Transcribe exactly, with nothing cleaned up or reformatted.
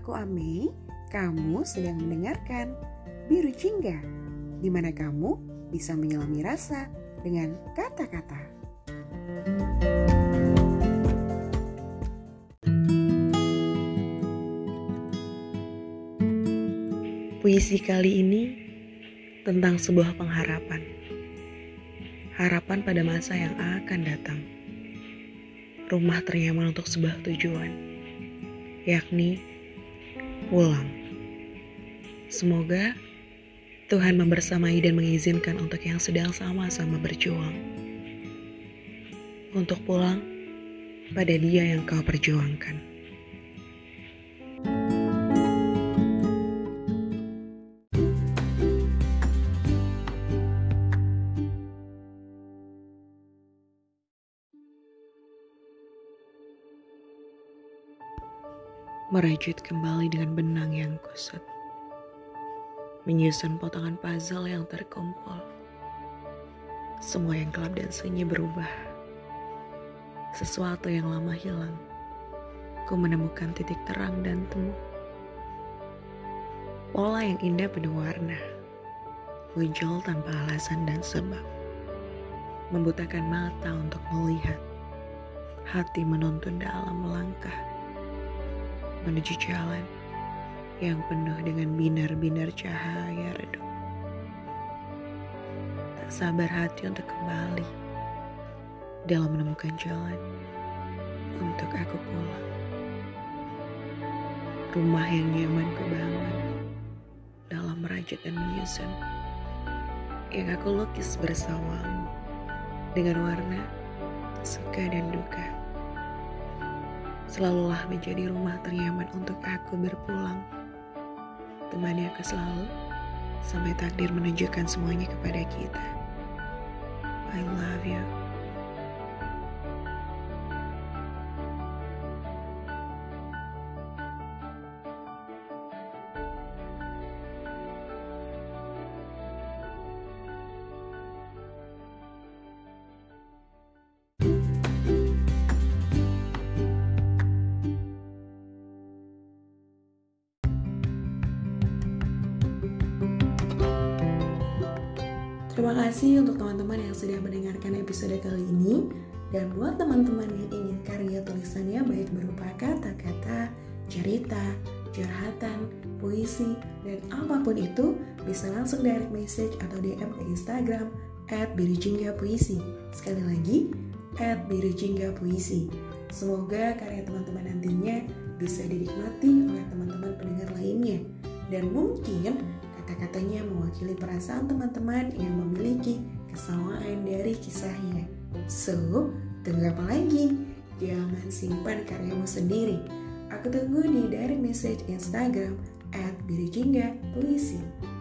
aku Ame, kamu sedang mendengarkan Biru Jingga, di mana kamu bisa menyelami rasa dengan kata-kata. Puisi kali ini tentang sebuah pengharapan. Harapan pada masa yang akan datang. Rumah ternyaman untuk sebuah tujuan, yakni pulang. Semoga Tuhan membersamai dan mengizinkan untuk yang sedang sama-sama berjuang. Untuk pulang pada dia yang kau perjuangkan. Merajut kembali dengan benang yang kusut, menyusun potongan puzzle yang terkumpul. Semua yang gelap dan sunyi berubah. Sesuatu yang lama hilang. Ku menemukan titik terang dan temu. Pola yang indah penuh warna, muncul tanpa alasan dan sebab. Membutakan mata untuk melihat. Hati menuntun dalam melangkah menuju jalan yang penuh dengan binar-binar cahaya redup. Tak sabar hati untuk kembali dalam menemukan jalan untuk aku pulang. Rumah yang nyaman ku bangun dalam merajut dan menyusun, yang aku lukis bersamamu dengan warna suka dan duka. Selalulah menjadi rumah ternyaman untuk aku berpulang. Temani aku selalu sampai takdir menunjukkan semuanya kepada kita. I love you. Terima kasih untuk teman-teman yang sudah mendengarkan episode kali ini. Dan buat teman-teman yang ingin karya tulisannya baik berupa kata-kata, cerita, curhatan, puisi, dan apapun itu, bisa langsung direct message atau D M ke Instagram at birujinggapuisi. Sekali lagi, at birujinggapuisi. Semoga karya teman-teman nantinya bisa dinikmati oleh teman-teman pendengar lainnya. Dan mungkin kata-katanya mewakili perasaan teman-teman yang memiliki kesamaan dari kisahnya. So, tunggu apa lagi? Jangan simpan karyamu sendiri. Aku tunggu di direct message Instagram at birujinggapuisi.